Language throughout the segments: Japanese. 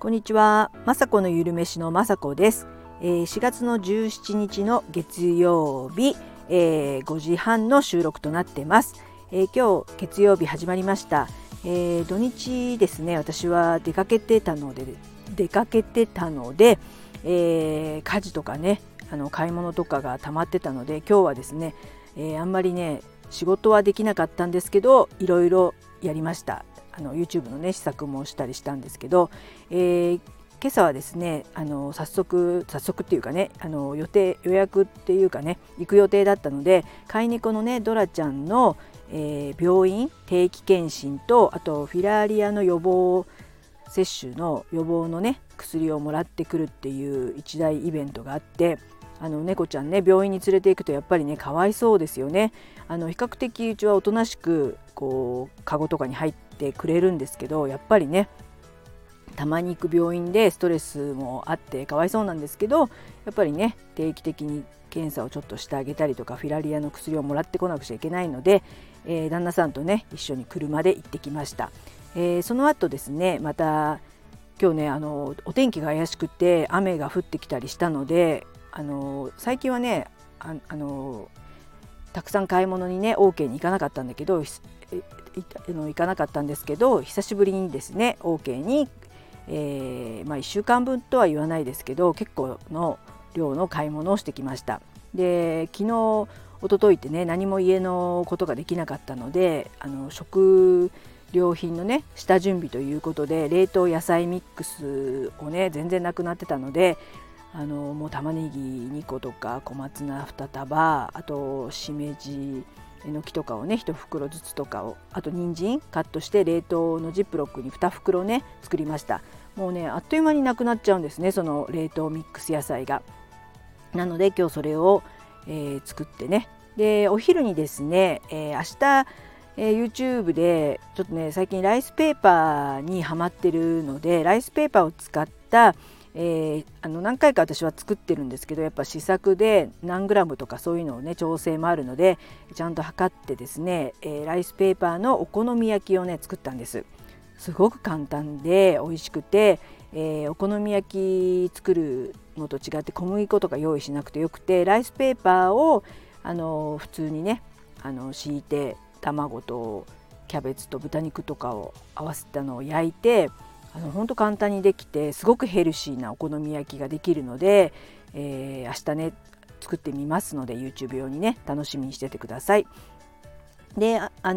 こんにちは、まさこのゆるめしのまさこです。4月の17日の月曜日、5時半の収録となっています。今日月曜日始まりました。土日ですね、私は出かけてたので、家事とかね、買い物とかが溜まってたので、今日はですね、あんまりね仕事はできなかったんですけど、いろいろやりました。YouTube のね試作もしたりしたんですけど、今朝はですね早速っていうかね予約っていうかね行く予定だったので、飼い猫のねドラちゃんの、病院定期検診と、あとフィラーリアの予防接種の予防のね薬をもらってくるっていう一大イベントがあって、猫ちゃんね病院に連れて行くとやっぱりねかわいそうですよね。比較的うちはおとなしくこうカゴとかに入ってくれるんですけど、やっぱりねたまに行く病院でストレスもあってかわいそうなんですけど、やっぱりね定期的に検査をちょっとしてあげたりとか、フィラリアの薬をもらってこなくちゃいけないので、旦那さんとね一緒に車で行ってきました。その後ですね、また今日ねお天気が怪しくて雨が降ってきたりしたので、最近はねたくさん買い物にね OK に行かなかったんだけど行かなかったんですけど、久しぶりにですね OK に、1週間分とは言わないですけど、結構の量の買い物をしてきました。で、昨日一昨日ってね何も家のことができなかったので、食料品のね下準備ということで冷凍野菜ミックスをね全然なくなってたので、もう玉ねぎ2個とか小松菜2束、あとしめじえのきとかをね1袋ずつとかを、あと人参カットして冷凍のジップロックに2袋ね作りました。もうねあっという間になくなっちゃうんですね、その冷凍ミックス野菜が。なので今日それを、作ってね、でお昼にですね、明日YouTube でちょっとね最近ライスペーパーにハマってるので、ライスペーパーを使った何回か私は作ってるんですけど、やっぱ試作で何グラムとかそういうのをね調整もあるのでちゃんと測ってですね、ライスペーパーのお好み焼きをね作ったんです。すごく簡単で美味しくて、お好み焼き作るのと違って小麦粉とか用意しなくてよくて、ライスペーパーを普通にね敷いて、卵とキャベツと豚肉とかを合わせたのを焼いて、ほんと簡単にできてすごくヘルシーなお好み焼きができるので、明日ね作ってみますので YouTube 用にね楽しみにしててください。で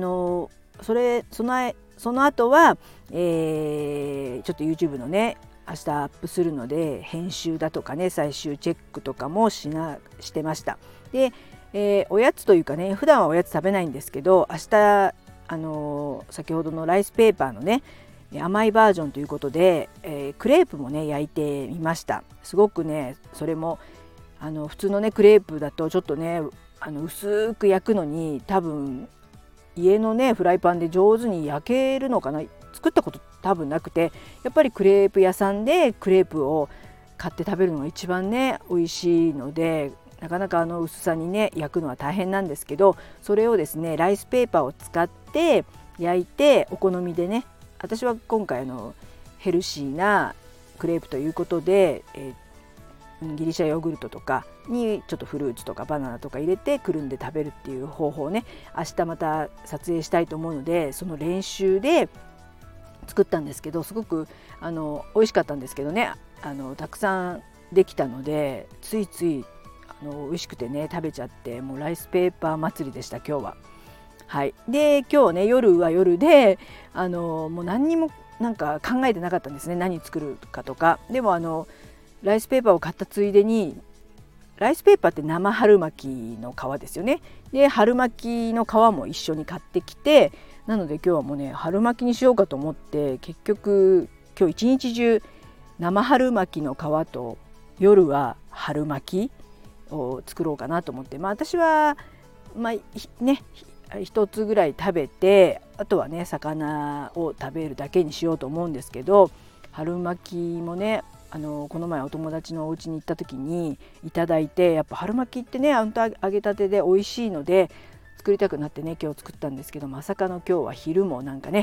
その後は、ちょっと YouTube のね明日アップするので編集だとかね最終チェックとかもしてました。で、おやつというかね、普段はおやつ食べないんですけど、明日先ほどのライスペーパーのね甘いバージョンということで、クレープもね焼いてみました。すごくねそれも普通のねクレープだとちょっとね薄く焼くのに多分家のねフライパンで上手に焼けるのかな、作ったこと多分なくて、やっぱりクレープ屋さんでクレープを買って食べるのが一番ね美味しいので、なかなか薄さにね焼くのは大変なんですけど、それをですねライスペーパーを使って焼いて、お好みでね、私は今回ヘルシーなクレープということで、ギリシャヨーグルトとかにちょっとフルーツとかバナナとか入れてくるんで食べるっていう方法をね明日また撮影したいと思うので、その練習で作ったんですけど、すごく美味しかったんですけどね、たくさんできたのでついつい美味しくてね食べちゃって、もうライスペーパー祭りでした今日は。はい、で今日ね夜は夜でもう何にもなんか考えてなかったんですね、何作るかとか。でもライスペーパーを買ったついでに、ライスペーパーって生春巻きの皮ですよね。で春巻きの皮も一緒に買ってきて、なので今日はもうね春巻きにしようかと思って、結局今日一日中生春巻きの皮と夜は春巻きを作ろうかなと思って、私はね一つぐらい食べて、あとはね魚を食べるだけにしようと思うんですけど、春巻きもねこの前お友達のお家に行った時にいただいて、やっぱ春巻きってね揚げたてで美味しいので作りたくなってね今日作ったんですけど、まさかの今日は昼もなんかね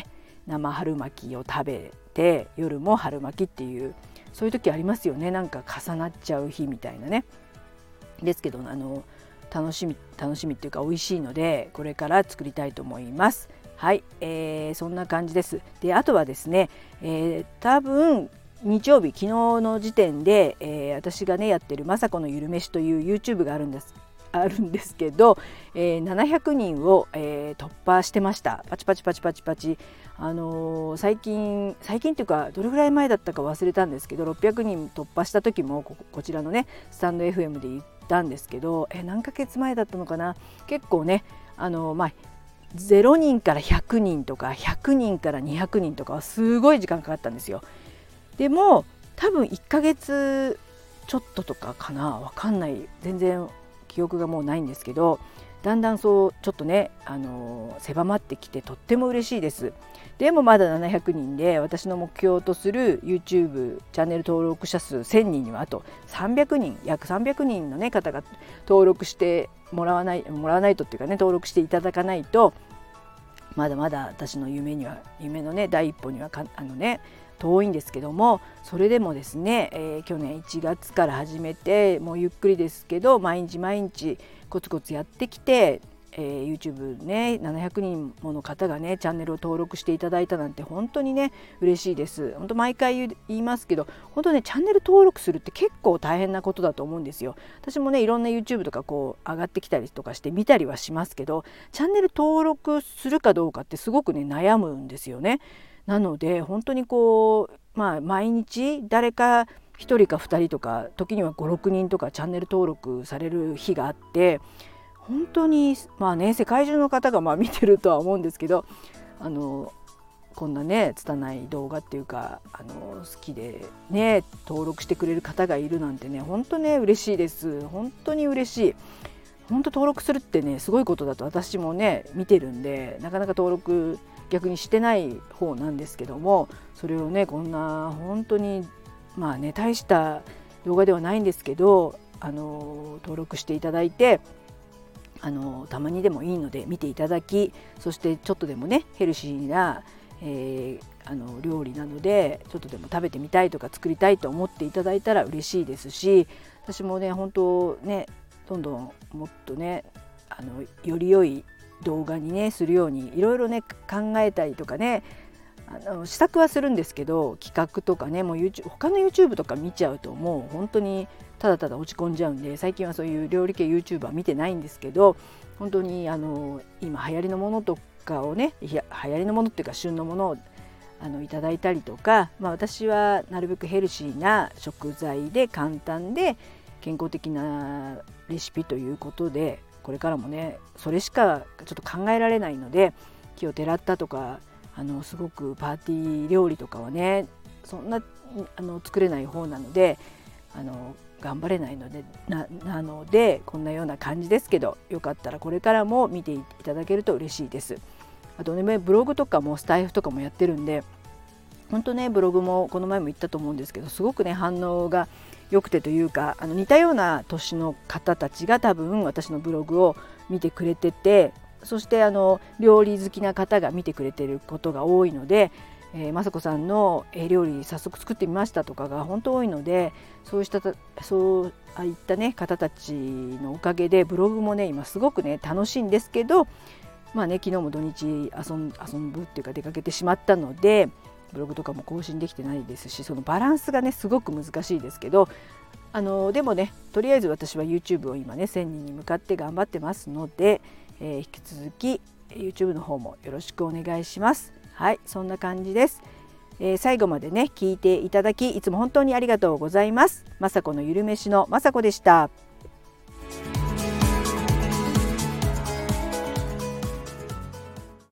生春巻きを食べて夜も春巻きっていう、そういう時ありますよね。なんか重なっちゃう日みたいなね。ですけど楽しみっていうか美味しいので、これから作りたいと思います。はい、そんな感じです。であとはですね、多分日曜日昨日の時点で、私がねやってるまさこのゆるめしという YouTube があるんですけど、700人を、突破してました。パチパチパチパチパチ。最近っていうかどれぐらい前だったか忘れたんですけど、600人突破した時もこちらのねスタンド FM で言ったんですけど、何ヶ月前だったのかな。結構ね0人から100人とか100人から200人とかはすごい時間かかったんですよ。でも多分1ヶ月ちょっととかかな、わかんない、全然記憶がもうないんですけど、だんだんそうちょっとね狭まってきてとっても嬉しいです。でもまだ700人で、私の目標とする YouTube チャンネル登録者数1000人にはあと約300人の、ね、方が登録してもらわないとっていうかね、登録していただかないとまだまだ私の夢のね第一歩には遠いんですけども、それでもですね、去年1月から始めて、もうゆっくりですけど毎日コツコツやってきて、YouTube ね700人もの方がねチャンネルを登録していただいたなんて本当にね嬉しいです。本当毎回言いますけど、本当ねチャンネル登録するって結構大変なことだと思うんですよ。私もねいろんな YouTube とか上がってきたりとかして見たりはしますけど、チャンネル登録するかどうかってすごくね悩むんですよね。なので本当に毎日誰か1人か2人とか時には5、6人とかチャンネル登録される日があって、本当に世界中の方が見てるとは思うんですけど、こんなね拙い動画っていうか好きでね登録してくれる方がいるなんてね、本当ね嬉しいです。本当に嬉しい。本当登録するってねすごいことだと私もね見てるんで、なかなか登録逆にしてない方なんですけども、それをねこんな本当に大した動画ではないんですけど登録していただいて、たまにでもいいので見ていただき、そしてちょっとでもねヘルシーな、料理なのでちょっとでも食べてみたいとか作りたいと思っていただいたら嬉しいですし、私もね本当ねどんどんもっとねより良い動画にねするようにいろいろね考えたりとかね試作はするんですけど、企画とかねもう他の YouTube とか見ちゃうともう本当にただただ落ち込んじゃうんで、最近はそういう料理系 YouTuber 見てないんですけど、本当に今流行りのものとかをね、流行りのものっていうか旬のものをいただいたりとか、私はなるべくヘルシーな食材で簡単で健康的なレシピということで、これからもねそれしかちょっと考えられないので、奇をてらったとかすごくパーティー料理とかはねそんな作れない方なので頑張れないのでなのでこんなような感じですけど、よかったらこれからも見ていただけると嬉しいです。あとねブログとかもスタイフとかもやってるんで、本当ねブログもこの前も言ったと思うんですけど、すごくね反応が良くてというか似たような年の方たちが多分私のブログを見てくれてて、そして料理好きな方が見てくれてることが多いので、雅子さんの料理早速作ってみましたとかが本当多いので、そういったね方たちのおかげでブログもね今すごくね楽しいんですけど、昨日も土日遊ぶっていうか出かけてしまったのでブログとかも更新できてないですし、そのバランスがねすごく難しいですけど、でもねとりあえず私は YouTube を今ね1000人に向かって頑張ってますので、引き続き YouTube の方もよろしくお願いします。はい、そんな感じです。最後までね聞いていただきいつも本当にありがとうございます。雅子のゆるめしの雅子でした。